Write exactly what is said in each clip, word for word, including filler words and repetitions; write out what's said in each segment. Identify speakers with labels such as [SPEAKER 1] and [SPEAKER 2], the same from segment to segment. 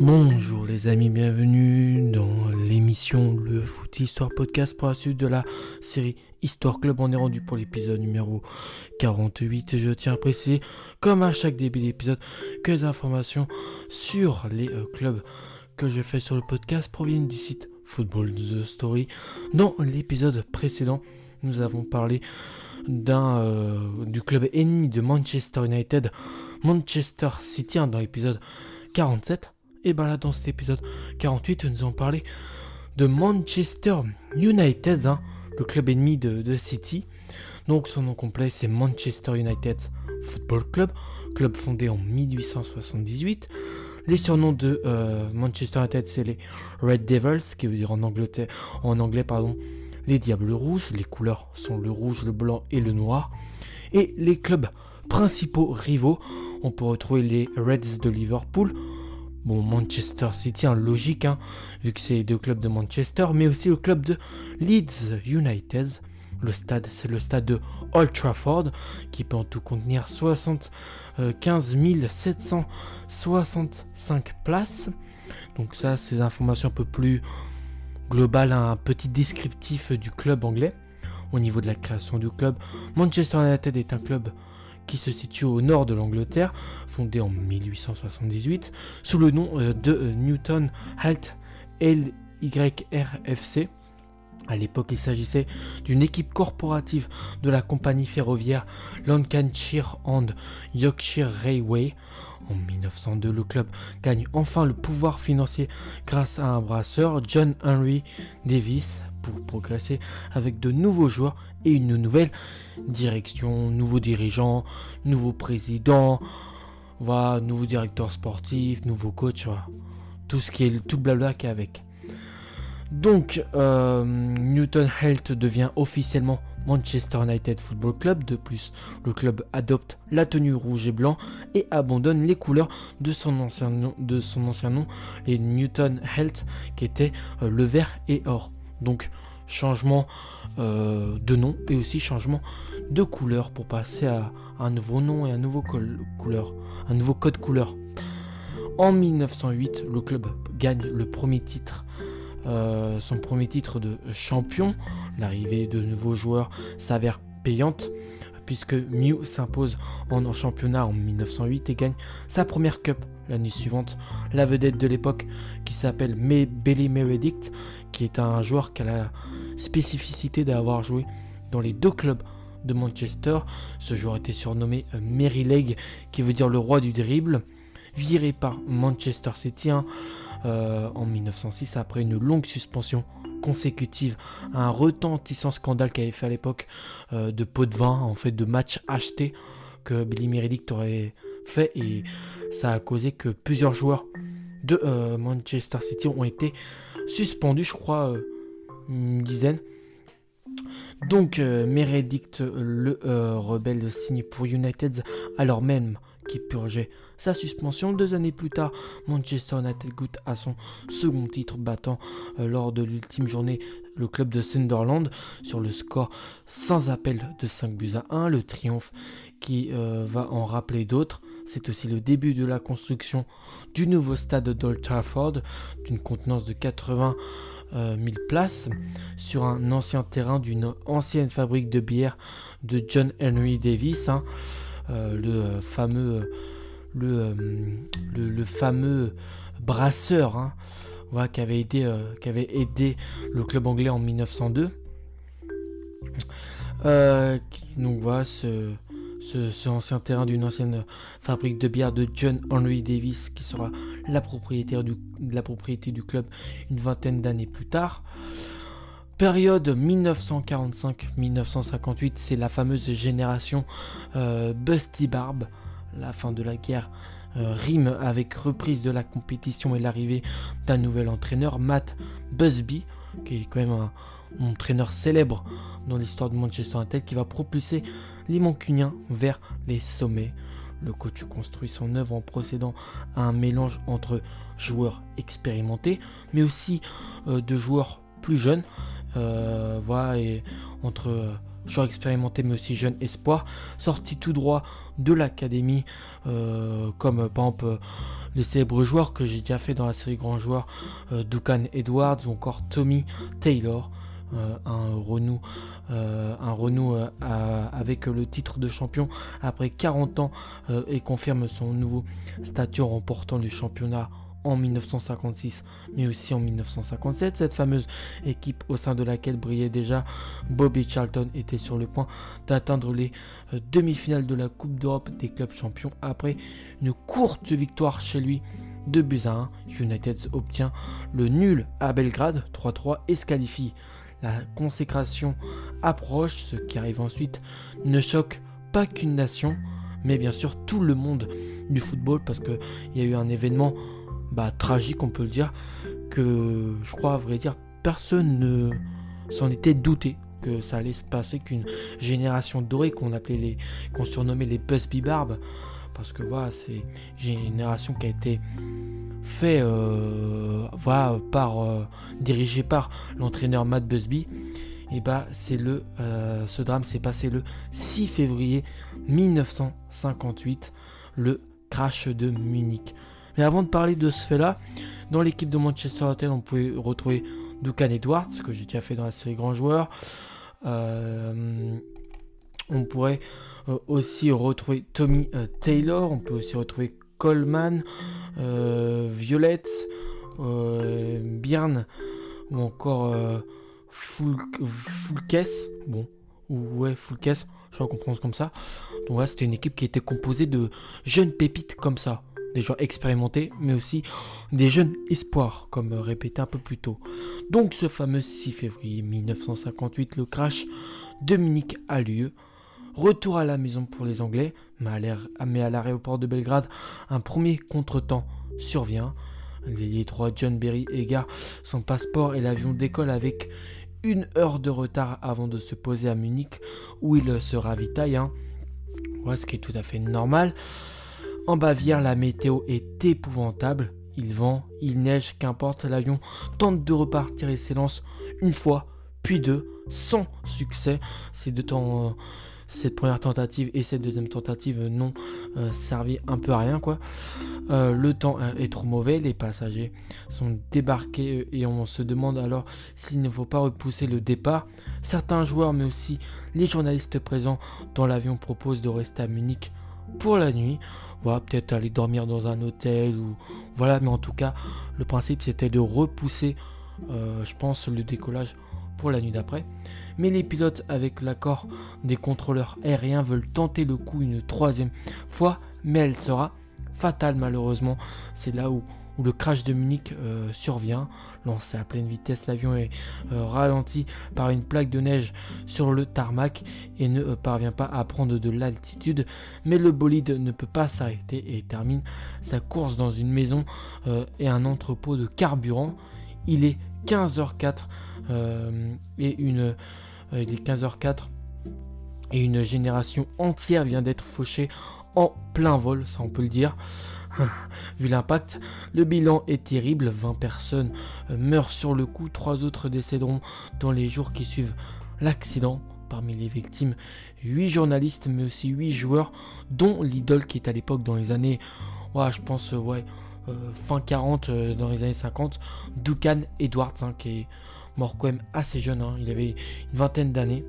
[SPEAKER 1] Bonjour les amis, bienvenue dans l'émission Le Foot Histoire Podcast pour la suite de la série Histoire Club. On est rendu pour l'épisode numéro quarante-huit. Je tiens à préciser, comme à chaque début d'épisode, que les informations sur les euh, clubs que je fais sur le podcast proviennent du site Football The Story. Dans l'épisode précédent, nous avons parlé d'un euh, du club ennemi de Manchester United, Manchester City, hein, dans l'épisode quarante-sept. Et bien là, dans cet épisode quarante-huit, nous allons parler de Manchester United, hein, le club ennemi de, de City. Donc son nom complet, c'est Manchester United Football Club, club fondé en mille huit cent soixante-dix-huit. Les surnoms de euh, Manchester United, c'est les Red Devils, qui veut dire en, Angleterre, en anglais pardon, les Diables Rouges. Les couleurs sont le rouge, le blanc et le noir. Et les clubs principaux rivaux, on peut retrouver les Reds de Liverpool. Bon, Manchester City, hein, logique, hein, vu que c'est deux clubs de Manchester, mais aussi le club de Leeds United. Le stade, c'est le stade de Old Trafford, qui peut en tout contenir soixante-quinze mille sept cent soixante-cinq places. Donc ça, c'est des informations un peu plus globales, hein, un petit descriptif du club anglais. Au niveau de la création du club, Manchester United est un club qui se situe au nord de l'Angleterre, fondé en mille huit cent soixante-dix-huit, sous le nom euh, de euh, Newton Halt L Y R F C. À l'époque, il s'agissait d'une équipe corporative de la compagnie ferroviaire Lancashire and Yorkshire Railway. En mille neuf cent deux, le club gagne enfin le pouvoir financier grâce à un brasseur, John Henry Davis, pour progresser avec de nouveaux joueurs et une nouvelle direction, nouveaux dirigeants, nouveaux présidents, voilà, nouveau directeur sportif, nouveau coach, voilà. Tout ce qui est tout blabla qui est avec. Donc euh, Newton Halt devient officiellement Manchester United Football Club. De plus, le club adopte la tenue rouge et blanc et abandonne les couleurs de son ancien nom, de son ancien nom les Newton Halt, qui était euh, le vert et or. Donc changement euh, de nom et aussi changement de couleur pour passer à un nouveau nom et un nouveau col- couleur, un nouveau code couleur. En mille neuf cent huit, le club gagne le premier titre, euh, son premier titre de champion. L'arrivée de nouveaux joueurs s'avère payante, puisque Mew s'impose en, en championnat en mille neuf cent huit et gagne sa première cup l'année suivante. La vedette de l'époque, qui s'appelle May- Billy Meredith, qui est un joueur qui a la spécificité d'avoir joué dans les deux clubs de Manchester. Ce joueur était surnommé euh, Mary Leg, qui veut dire le roi du dribble. Viré par Manchester City hein, euh, en mille neuf cent six après une longue suspension consécutive à un retentissant scandale qu'il avait fait à l'époque euh, de pots de vin, en fait de matchs achetés que Billy Meredith aurait fait, et ça a causé que plusieurs joueurs de euh, Manchester City ont été suspendus, je crois euh, une dizaine. Donc euh, Meredith le euh, rebelle signe pour United alors même qu'il purgeait sa suspension. Deux années plus tard, Manchester United goûte à son second titre, battant euh, lors de l'ultime journée le club de Sunderland sur le score sans appel de cinq buts à un. Le triomphe qui euh, va en rappeler d'autres. C'est aussi le début de la construction du nouveau stade d'Old Trafford, d'une contenance de quatre-vingt mille places, sur un ancien terrain d'une ancienne fabrique de bière de John Henry Davis, hein, euh, le euh, fameux euh, le, euh, le, le fameux brasseur, hein, voilà, qui avait aidé euh, qui avait aidé le club anglais en mille neuf cent deux. Euh, donc voilà ce Ce, ce ancien terrain d'une ancienne fabrique de bière de John Henry Davis, qui sera la propriétaire du, la propriété du club une vingtaine d'années plus tard. Période mille neuf cent quarante-cinq à mille neuf cent cinquante-huit, c'est la fameuse génération euh, Busty Barb. La fin de la guerre euh, rime avec reprise de la compétition et l'arrivée d'un nouvel entraîneur, Matt Busby, qui est quand même un, un entraîneur célèbre dans l'histoire de Manchester United, qui va propulser les Mancuniens vers les sommets. Le coach construit son œuvre en procédant à un mélange entre joueurs expérimentés, mais aussi euh, de joueurs plus jeunes, euh, voilà, et entre euh, joueur expérimenté mais aussi jeune espoir, sorti tout droit de l'académie, euh, comme par exemple euh, les célèbres joueurs que j'ai déjà fait dans la série Grands Joueurs, euh, Duncan Edwards ou encore Tommy Taylor, euh, un renou, euh, un renou euh, à, avec le titre de champion après quarante ans euh, et confirme son nouveau statut en remportant le championnat en dix-neuf cent cinquante-six, mais aussi en dix-neuf cent cinquante-sept. Cette fameuse équipe au sein de laquelle brillait déjà Bobby Charlton était sur le point d'atteindre les euh, demi-finales de la Coupe d'Europe des clubs champions après une courte victoire chez lui de buts à un. United obtient le nul à Belgrade trois trois et se qualifie. La consécration approche, ce qui arrive ensuite ne choque pas qu'une nation, mais bien sûr tout le monde du football, parce qu'il y a eu un événement Bah, tragique, on peut le dire, que je crois à vrai dire personne ne s'en était douté que ça allait se passer, qu'une génération dorée qu'on appelait les qu'on surnommait les Busby Barbes, parce que voilà, c'est une génération qui a été fait euh, voilà, par euh, dirigée par l'entraîneur Matt Busby. Et bah c'est le euh, ce drame s'est passé le six février dix-neuf cent cinquante-huit, le crash de Munich. Mais avant de parler de ce fait-là, dans l'équipe de Manchester United, on pouvait retrouver Duncan Edwards, que j'ai déjà fait dans la série Grands Joueurs. Euh, on pourrait euh, aussi retrouver Tommy euh, Taylor. On peut aussi retrouver Coleman, euh, Violette, euh, Byrne, ou encore euh, Fulkes. Bon, ou ouais, Fulkes, je crois qu'on prononce comme ça. Donc là, c'était une équipe qui était composée de jeunes pépites comme ça. Des joueurs expérimentés, mais aussi des jeunes espoirs, comme répété un peu plus tôt. Donc ce fameux six février dix-neuf cent cinquante-huit, le crash de Munich a lieu. Retour à la maison pour les Anglais, mais à l'aéroport de Belgrade, un premier contretemps survient. Les trois John Berry égarent son passeport et l'avion décolle avec une heure de retard avant de se poser à Munich, où il se ravitaille. Hein. Ouais, ce qui est tout à fait normal. En Bavière, la météo est épouvantable. Il vent, il neige, qu'importe. L'avion tente de repartir et s'élance une fois, puis deux, sans succès. Ces deux temps, euh, cette première tentative et cette deuxième tentative n'ont euh, servi un peu à rien, quoi. Euh, le temps euh, est trop mauvais. Les passagers sont débarqués euh, et on se demande alors s'il ne faut pas repousser le départ. Certains joueurs, mais aussi les journalistes présents dans l'avion, proposent de rester à Munich pour la nuit. Voilà, peut-être aller dormir dans un hôtel ou voilà, mais en tout cas le principe c'était de repousser euh, je pense le décollage pour la nuit d'après. Mais les pilotes, avec l'accord des contrôleurs aériens, veulent tenter le coup une troisième fois, mais elle sera fatale malheureusement. C'est là où où le crash de Munich euh, survient. Lancé à pleine vitesse, l'avion est euh, ralenti par une plaque de neige sur le tarmac et ne euh, parvient pas à prendre de l'altitude, mais le bolide ne peut pas s'arrêter et termine sa course dans une maison euh, et un entrepôt de carburant. Il est quinze heures quatre euh, et une euh, il est quinze heures quatre et une génération entière vient d'être fauchée en plein vol, ça on peut le dire. Vu l'impact, le bilan est terrible. vingt personnes meurent sur le coup, trois autres décéderont dans les jours qui suivent l'accident. Parmi les victimes, huit journalistes mais aussi huit joueurs, dont l'idole qui est à l'époque dans les années, ouais, je pense ouais, euh, fin quarante, euh, dans les années cinquante, Duncan Edwards, hein, qui est mort quand même assez jeune, hein, il avait une vingtaine d'années.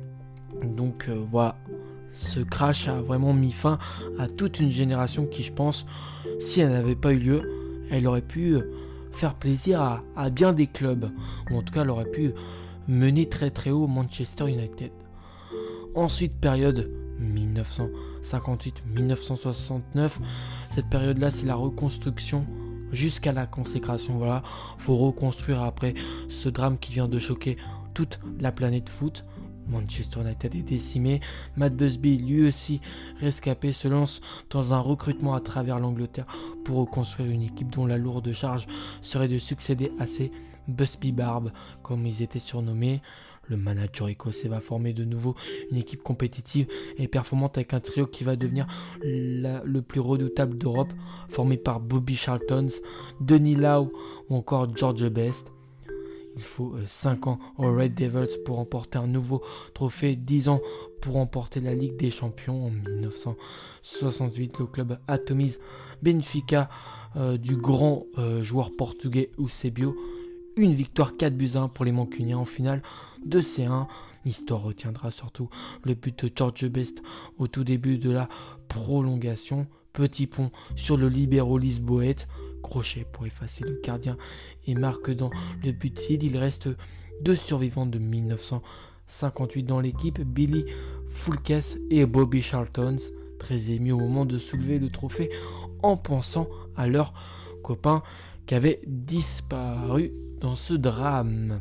[SPEAKER 1] Donc euh, voilà. Ce crash a vraiment mis fin à toute une génération qui, je pense, si elle n'avait pas eu lieu, elle aurait pu faire plaisir à, à bien des clubs. Ou en tout cas, elle aurait pu mener très très haut Manchester United. Ensuite, période dix-neuf cent cinquante-huit dix-neuf cent soixante-neuf. Cette période-là, c'est la reconstruction jusqu'à la consécration. Voilà, faut reconstruire après ce drame qui vient de choquer toute la planète foot. Manchester United est décimé. Matt Busby, lui aussi rescapé, se lance dans un recrutement à travers l'Angleterre pour reconstruire une équipe dont la lourde charge serait de succéder à ces Busby Barbes, comme ils étaient surnommés. Le manager écossais va former de nouveau une équipe compétitive et performante avec un trio qui va devenir la, le plus redoutable d'Europe, formé par Bobby Charlton, Denis Law ou encore George Best. Il faut cinq ans aux Red Devils pour remporter un nouveau trophée, dix ans pour remporter la Ligue des Champions. En dix-neuf cent soixante-huit, le club atomise Benfica euh, du grand euh, joueur portugais Eusébio. Une victoire quatre buts à un pour les Mancuniens en finale de C un. L'histoire retiendra surtout le but de George Best au tout début de la prolongation. Petit pont sur le libéro lisboète. Crochet pour effacer le gardien et marque dans le but vide. Il reste deux survivants de dix-neuf cent cinquante-huit dans l'équipe, Billy Foulkes et Bobby Charlton, très émus au moment de soulever le trophée en pensant à leurs copains qui avaient disparu dans ce drame.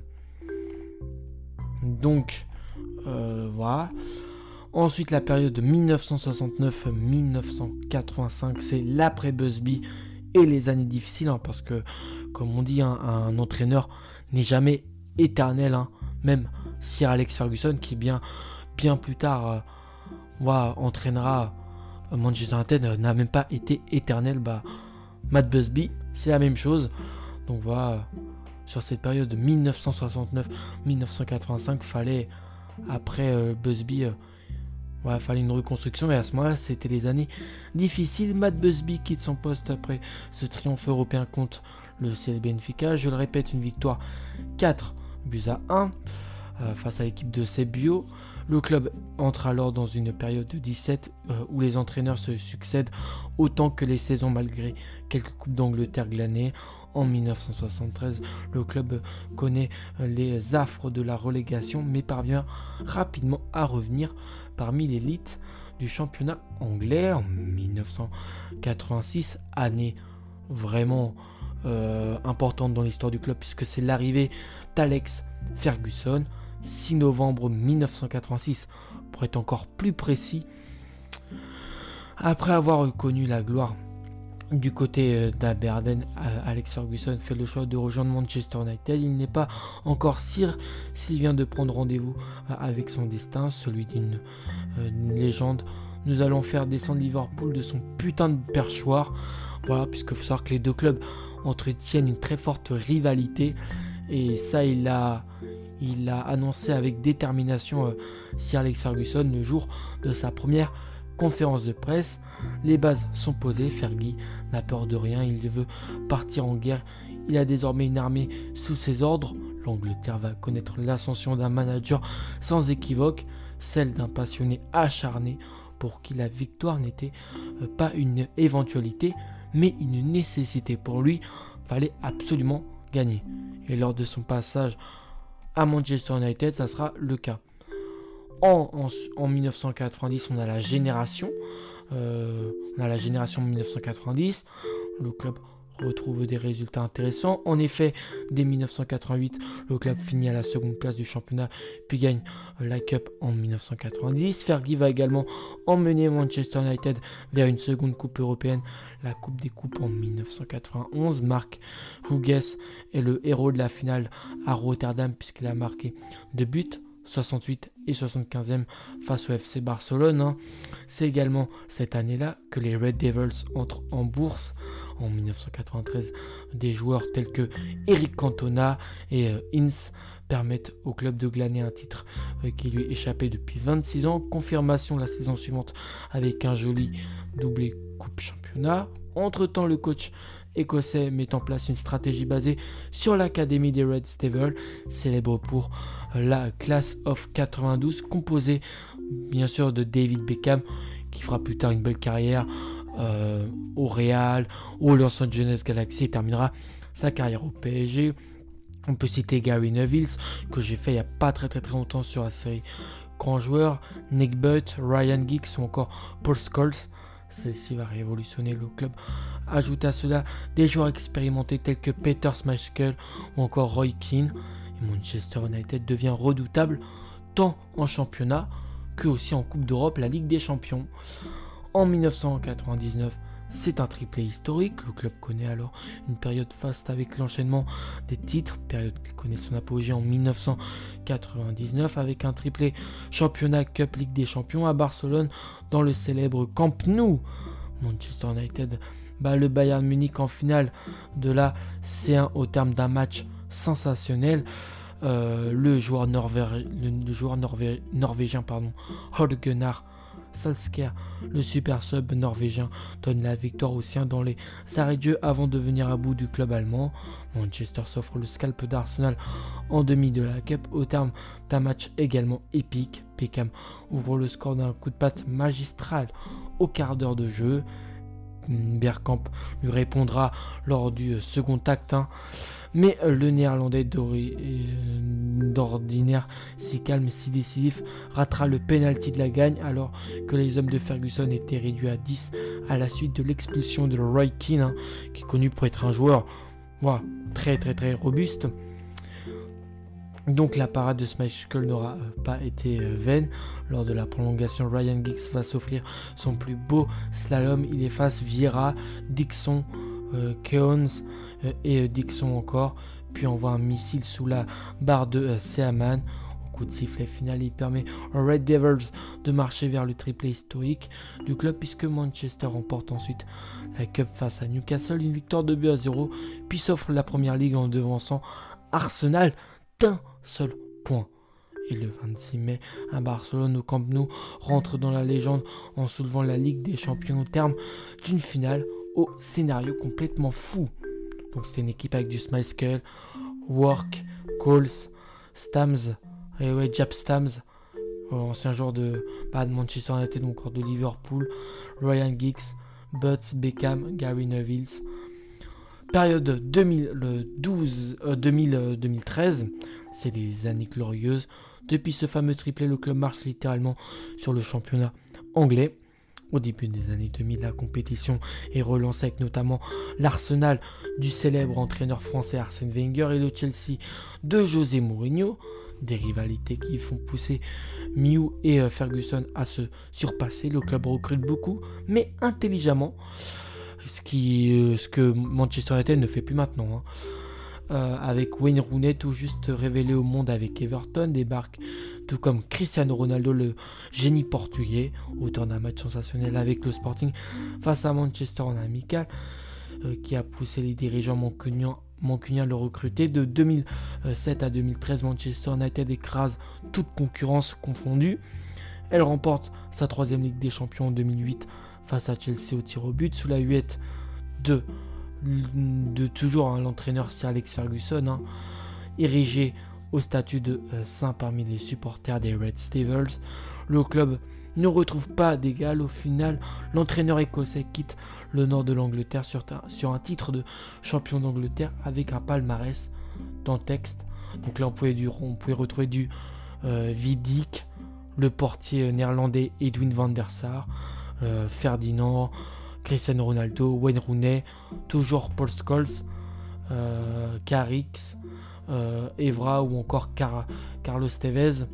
[SPEAKER 1] Donc euh, voilà. Ensuite, la période dix-neuf cent soixante-neuf à dix-neuf cent quatre-vingt-cinq, c'est l'après Busby et les années difficiles, hein, parce que, comme on dit, hein, un entraîneur n'est jamais éternel, hein, même Sir Alex Ferguson, qui bien, bien plus tard euh, voilà, entraînera Manchester United, euh, n'a même pas été éternel. Bah, Matt Busby, c'est la même chose. Donc voilà, euh, sur cette période de dix-neuf cent soixante-neuf à dix-neuf cent quatre-vingt-cinq, fallait, après euh, Busby, euh, il fallait une reconstruction, et à ce moment-là, c'était les années difficiles. Matt Busby quitte son poste après ce triomphe européen contre le C L Benfica. Je le répète, une victoire quatre buts à un euh, face à l'équipe de Sebio. Le club entre alors dans une période de dix-sept euh, où les entraîneurs se succèdent autant que les saisons, malgré quelques coupes d'Angleterre glanées. En dix-neuf cent soixante-treize, le club connaît les affres de la relégation, mais parvient rapidement à revenir parmi l'élite du championnat anglais. En dix-neuf cent quatre-vingt-six, année vraiment euh, importante dans l'histoire du club, puisque c'est l'arrivée d'Alex Ferguson. six novembre dix-neuf cent quatre-vingt-six, pour être encore plus précis. Après avoir connu la gloire du côté d'Aberdeen, Alex Ferguson fait le choix de rejoindre Manchester United. Il n'est pas encore sûr s'il vient de prendre rendez-vous avec son destin, celui d'une euh, légende. Nous allons faire descendre Liverpool de son putain de perchoir. Voilà, puisque faut savoir que les deux clubs entretiennent une très forte rivalité. Et ça, il a, il a annoncé avec détermination euh, Sir Alex Ferguson le jour de sa première conférence de presse. Les bases sont posées, Fergie n'a peur de rien, il veut partir en guerre, il a désormais une armée sous ses ordres. L'Angleterre va connaître l'ascension d'un manager sans équivoque, celle d'un passionné acharné pour qui la victoire n'était pas une éventualité mais une nécessité. Pour lui, il fallait absolument gagner, et lors de son passage à Manchester United, ça sera le cas. En, en, en dix-neuf cent quatre-vingt-dix, on a la génération. Euh, on a la génération dix-neuf cent quatre-vingt-dix. Le club retrouve des résultats intéressants. En effet, dès dix-neuf cent quatre-vingt-huit, le club finit à la seconde place du championnat, puis gagne la Cup en dix-neuf cent quatre-vingt-dix. Fergie va également emmener Manchester United vers une seconde coupe européenne, la Coupe des Coupes en dix-neuf cent quatre-vingt-onze. Mark Hughes est le héros de la finale à Rotterdam, puisqu'il a marqué deux buts, soixante-huit et soixante-quinzième face au F C Barcelone. Hein. C'est également cette année-là que les Red Devils entrent en bourse. En dix-neuf cent quatre-vingt-treize, des joueurs tels que Eric Cantona et euh, Ince permettent au club de glaner un titre euh, qui lui échappait depuis vingt-six ans. Confirmation la saison suivante avec un joli doublé Coupe Championnat. Entre-temps, le coach écossais met en place une stratégie basée sur l'académie des Red Devils, célèbre pour la Class of quatre-vingt-douze, composée bien sûr de David Beckham, qui fera plus tard une belle carrière euh, au Real, au Los Angeles Galaxy, et terminera sa carrière au P S G. On peut citer Gary Neville, que j'ai fait il n'y a pas très très très longtemps sur la série Grands Joueurs, Nick Butt, Ryan Giggs ou encore Paul Scholes. Celle-ci va révolutionner le club. Ajoute à cela des joueurs expérimentés tels que Peter Schmeichel ou encore Roy Keane. Et Manchester United devient redoutable tant en championnat que aussi en Coupe d'Europe, la Ligue des Champions. En dix-neuf cent quatre-vingt-dix-neuf, c'est un triplé historique. Le club connaît alors une période faste avec l'enchaînement des titres, période qui connaît son apogée en dix-neuf cent quatre-vingt-dix-neuf avec un triplé championnat, Cup, Ligue des Champions à Barcelone dans le célèbre Camp Nou. Manchester United bat le Bayern Munich en finale de la C un au terme d'un match sensationnel. Euh, le joueur, norvé- le, le joueur norvé- norvégien pardon, Ole Gunnar Solskjær, le super sub norvégien, donne la victoire aux siens dans les arrêts de jeu avant de venir à bout du club allemand. Manchester s'offre le scalp d'Arsenal en demi de la Cup au terme d'un match également épique. Beckham ouvre le score d'un coup de patte magistral au quart d'heure de jeu. Bergkamp lui répondra lors du second acte, hein. Mais le néerlandais d'ordinaire, si calme, si décisif, ratera le penalty de la gagne alors que les hommes de Ferguson étaient réduits à dix à la suite de l'expulsion de Roy Keane, hein, qui est connu pour être un joueur voilà, très très très robuste. Donc la parade de Schmeichel n'aura pas été vaine. Lors de la prolongation, Ryan Giggs va s'offrir son plus beau slalom. Il efface Vieira, Dixon, euh, Keown euh, et euh, Dixon encore. Puis envoie un missile sous la barre de euh, Seaman. Au coup de sifflet final, il permet aux Red Devils de marcher vers le triplé historique du club puisque Manchester remporte ensuite la Cup face à Newcastle. Une victoire de but à zéro. Puis s'offre la première ligue en devançant Arsenal d'un seul point. Et le vingt-six mai, à Barcelone, au Camp Nou, rentre dans la légende en soulevant la Ligue des Champions au terme d'une finale au scénario complètement fou. Donc c'était une équipe avec du Schmeichel, Work, Coles, Stams, et ouais, Jaap Stams, ancien joueur de, pas de Manchester United, donc encore de Liverpool, Ryan Giggs, Butts, Beckham, Gary Neville. Période deux mille douze, euh, deux mille, euh, deux mille treize, c'est des années glorieuses. Depuis ce fameux triplé, le club marche littéralement sur le championnat anglais. Au début des années deux mille, la compétition est relancée avec notamment l'Arsenal du célèbre entraîneur français Arsène Wenger et le Chelsea de José Mourinho. Des rivalités qui font pousser Mew et euh, Ferguson à se surpasser. Le club recrute beaucoup, mais intelligemment. Ce, qui, euh, ce que Manchester United ne fait plus maintenant. Hein. Euh, avec Wayne Rooney tout juste révélé au monde avec Everton, débarque tout comme Cristiano Ronaldo, le génie portugais, auteur d'un match sensationnel avec le Sporting face à Manchester en amical, euh, qui a poussé les dirigeants mancuniens, mancuniens à le recruter. De deux mille sept à deux mille treize, Manchester United écrase toute concurrence confondue. Elle remporte sa troisième Ligue des Champions en deux mille huit face à Chelsea au tir au but, sous la huette de, de toujours hein, l'entraîneur Sir Alex Ferguson, hein, érigé au statut de euh, saint parmi les supporters des Red Devils. Le club ne retrouve pas d'égal. Au final, l'entraîneur écossais quitte le nord de l'Angleterre sur, sur un titre de champion d'Angleterre avec un palmarès dans le texte. Donc là, on pouvait, du, on pouvait retrouver du euh, Vidic, le portier néerlandais Edwin van der Sar, Euh, Ferdinand, Cristiano Ronaldo, Wayne Rooney, toujours Paul Scholes, euh, Carrick, euh, Evra ou encore Car- Carlos Tevez.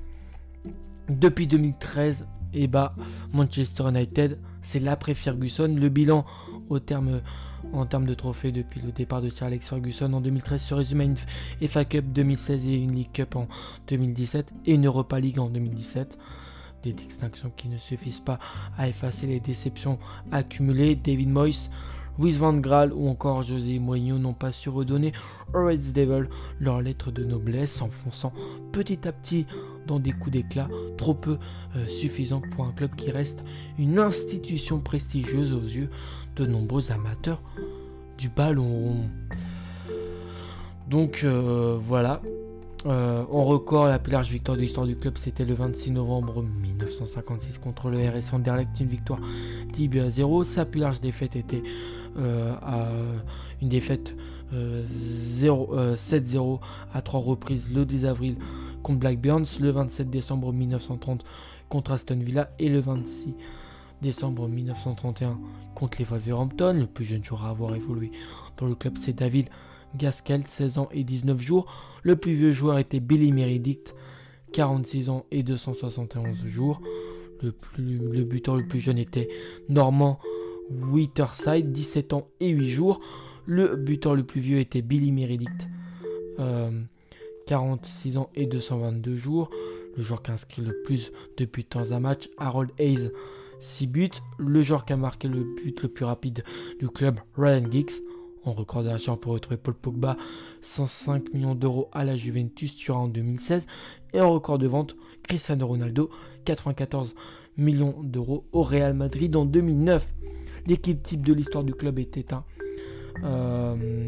[SPEAKER 1] Depuis deux mille treize, eh bah, Manchester United, c'est l'après Ferguson. Le bilan au terme, en termes de trophées depuis le départ de Sir Alex Ferguson en deux mille treize se résume à une F A Cup deux mille seize et une League Cup en deux mille dix-sept et une Europa League en deux mille dix-sept. Des distinctions qui ne suffisent pas à effacer les déceptions accumulées. David Moyes, Louis van Gaal ou encore José Mourinho n'ont pas su redonner aux Red Devils leur lettre de noblesse, s'enfonçant petit à petit dans des coups d'éclat trop peu euh, suffisants pour un club qui reste une institution prestigieuse aux yeux de nombreux amateurs du ballon rond. Donc euh, voilà. Euh, en record, la plus large victoire de l'histoire du club, c'était le vingt-six novembre mille neuf cent cinquante-six contre le R S Anderlecht, une victoire dix buts à zéro. Sa plus large défaite était euh, à une défaite euh, euh, sept zéro à trois reprises le dix avril contre Blackburn, le vingt-sept décembre mille neuf cent trente contre Aston Villa et le vingt-six décembre mille neuf cent trente et un contre les Wolverhampton. Le plus jeune joueur à avoir évolué dans le club, c'est David Gaskell, seize ans et dix-neuf jours. Le plus vieux joueur était Billy Meredith, quarante-six ans et deux cent soixante et onze jours. Le, plus, le buteur le plus jeune était Norman Whiterside, dix-sept ans et huit jours. Le buteur le plus vieux était Billy Meredith, euh, quarante-six ans et deux cent vingt-deux jours. Le joueur qui a inscrit le plus de buts dans un match, Harold Hayes, six buts. Le joueur qui a marqué le but le plus rapide du club, Ryan Giggs, En record d'achat, on peut retrouver Paul Pogba, cent cinq millions d'euros à la Juventus Turin en deux mille seize. Et en record de vente, Cristiano Ronaldo, quatre-vingt-quatorze millions d'euros au Real Madrid en deux mille neuf. L'équipe type de l'histoire du club était un euh,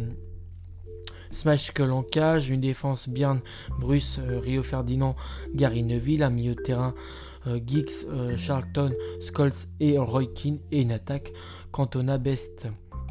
[SPEAKER 1] Smash Cage, une défense Björn, Bruce, euh, Rio Ferdinand, Gary Neville, un milieu de terrain euh, Giggs, euh, Charlton, Scholes et Roy Keane, et une attaque Cantona Best.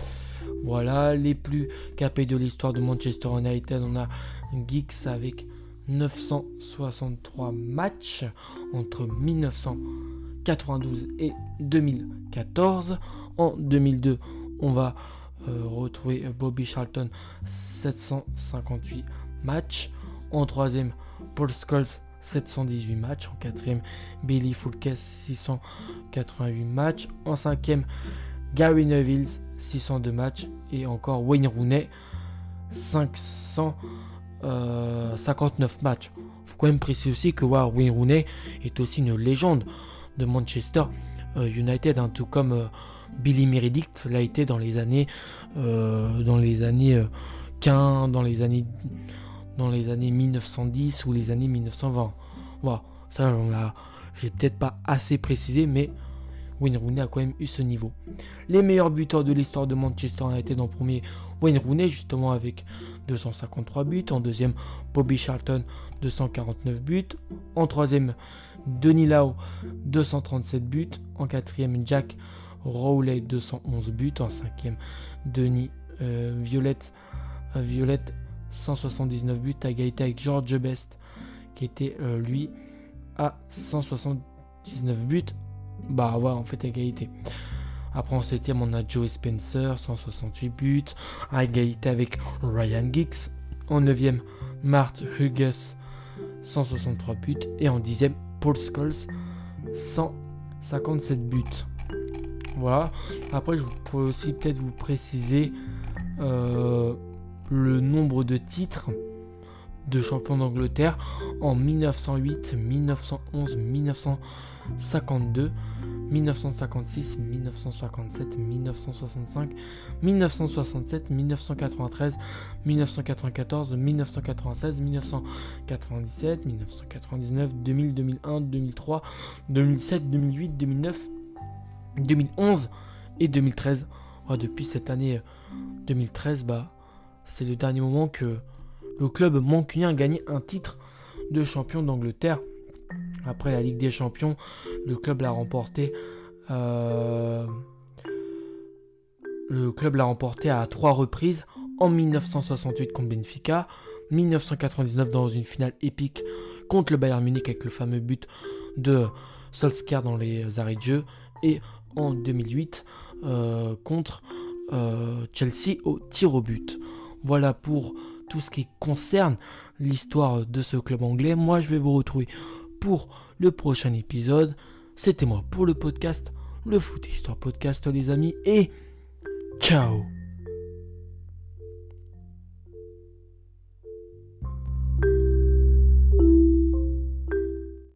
[SPEAKER 1] Voilà, les plus capés de l'histoire de Manchester United, on a Giggs avec neuf cent soixante-trois matchs entre mille neuf cent quatre-vingt-douze et deux mille quatorze. En deux mille deux, on va euh, retrouver Bobby Charlton, sept cent cinquante-huit matchs. En troisième, Paul Scholes, sept cent dix-huit matchs. En quatrième, Billy Foulkes, six cent quatre-vingt-huit matchs. En cinquième, Gary Neville, six cent deux matchs. Et encore Wayne Rooney, cinq cent cinquante-neuf matchs. Il faut quand même préciser aussi que wow, Wayne Rooney est aussi une légende de Manchester euh, United, hein, tout comme euh, Billy Meredith l'a été dans les années euh, dans les années euh, quinze, dans les années dans les années mille neuf cent dix ou les années mille neuf cent vingt. Voilà, ça on l'a, j'ai peut-être pas assez précisé, mais Wayne Rooney a quand même eu ce niveau. Les meilleurs buteurs de l'histoire de Manchester United, en premier Wayne Rooney, justement avec deux cent cinquante-trois buts. En deuxième, Bobby Charlton, deux cent quarante-neuf buts. En troisième, Denis Lau, deux cent trente-sept buts. En quatrième, Jack Rowley, deux cent onze buts. En cinquième, Denis euh, Violette, euh, Violette, cent soixante-dix-neuf buts, à égalité avec George Best, qui était euh, lui à cent soixante-dix-neuf buts. Bah voilà, en fait, égalité. Après en septième, on a Joe Spencer, cent soixante-huit buts, à égalité avec Ryan Giggs. En neuvième, Mart Hughes, cent soixante-trois buts. Et en dixième, Paul Scholes, cent cinquante-sept buts. Voilà. Après, je pourrais aussi peut-être vous préciser euh, le nombre de titres de champion d'Angleterre en mille neuf cent huit, mille neuf cent onze, mille neuf cent cinquante-deux, mille neuf cent cinquante-six, mille neuf cent cinquante-sept, mille neuf cent soixante-cinq, mille neuf cent soixante-sept, mille neuf cent quatre-vingt-treize, mille neuf cent quatre-vingt-quatorze, mille neuf cent quatre-vingt-seize, mille neuf cent quatre-vingt-dix-sept, mille neuf cent quatre-vingt-dix-neuf, deux mille, deux mille un, deux mille trois, deux mille sept, deux mille huit, deux mille neuf, deux mille onze et deux mille treize. Oh, depuis cette année deux mille treize, bah, c'est le dernier moment que le club mancunien a gagné un titre de champion d'Angleterre. Après la Ligue des Champions, le club l'a remporté. Euh, le club l'a remporté à trois reprises. En mille neuf cent soixante-huit contre Benfica, mille neuf cent quatre-vingt-dix-neuf dans une finale épique contre le Bayern Munich avec le fameux but de Solskjaer dans les arrêts de jeu, et en deux mille huit euh, contre euh, Chelsea au tir au but. Voilà pour tout ce qui concerne l'histoire de ce club anglais. Moi, je vais vous retrouver pour le prochain épisode. C'était moi pour le podcast, le Foot Histoire Podcast, les amis, et ciao.